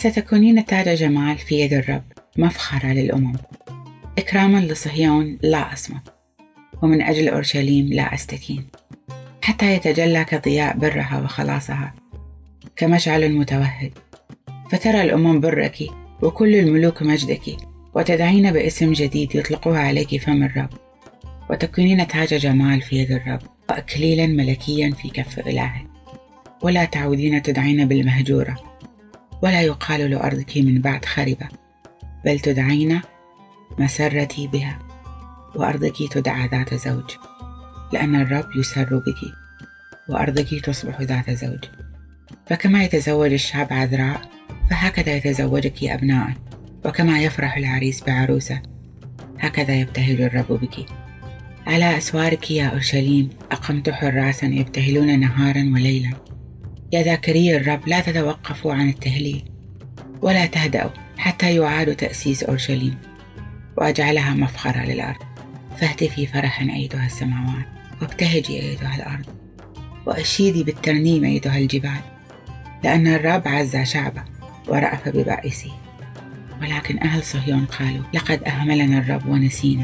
ستكونين تاج جمال في يد الرب، مفخرة للأمم. إكراما لصهيون لا أصمت، ومن أجل أورشليم لا أستكين، حتى يتجلى كضياء برها وخلاصها، كمشعل متوهج. فترى الأمم برك وكل الملوك مجدك، وتدعين باسم جديد يطلقها عليك فم الرب، وتكونين تاج جمال في يد الرب، وأكليلا ملكيا في كف إلهك. ولا تعودين تدعين بالمهجورة، ولا يقال لأرضك من بعد خربة، بل تدعين مسرتي بها، وأرضك تدعى ذات زوج، لأن الرب يسر بك، وأرضك تصبح ذات زوج. فكما يتزوج الشعب عذراء، فهكذا يتزوجك أبنائك، وكما يفرح العريس بعروسه، هكذا يبتهل الرب بك. على أسوارك يا أورشليم أقمت حراسا يبتهلون نهارا وليلا. يا ذاكري الرب لا تتوقفوا عن التهليل، ولا تهدأوا حتى يعاد تأسيس أورشليم، وأجعلها مفخرة للأرض. فاهتفي فرحا أيتها السماوات، وابتهجي أيتها الأرض، وأشيدي بالترنيم أيتها الجبال، لأن الرب عز شعبه ورأف ببائسه. ولكن أهل صهيون قالوا: لقد أهملنا الرب ونسينا.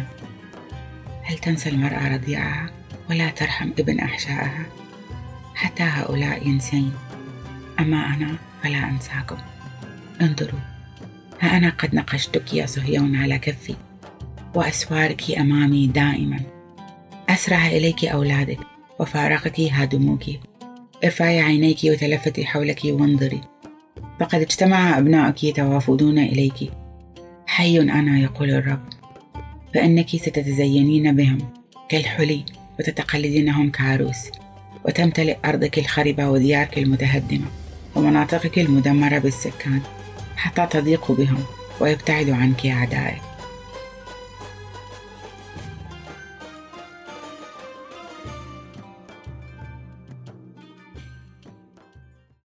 هل تنسى المرأة رضيعها ولا ترحم ابن أحشائها؟ حتى هؤلاء ينسين، أما أنا فلا أنساكم. انظروا، ها أنا قد نقشتك يا صهيون على كفي، وأسوارك أمامي دائما. أسرع إليك أولادك، وفارقك هادموك. ارفعي عينيك وتلفتي حولك وانظري، فقد اجتمع أبنائك توافدون إليك. حي أنا يقول الرب، فإنك ستتزينين بهم كالحلي، وتتقلدينهم كعروس، وتمتلئ أرضك الخربة وديارك المتهدمة ومناطقك المدمرة بالسكان، حتى تضيق بهم ويبتعد عنك أعدائك.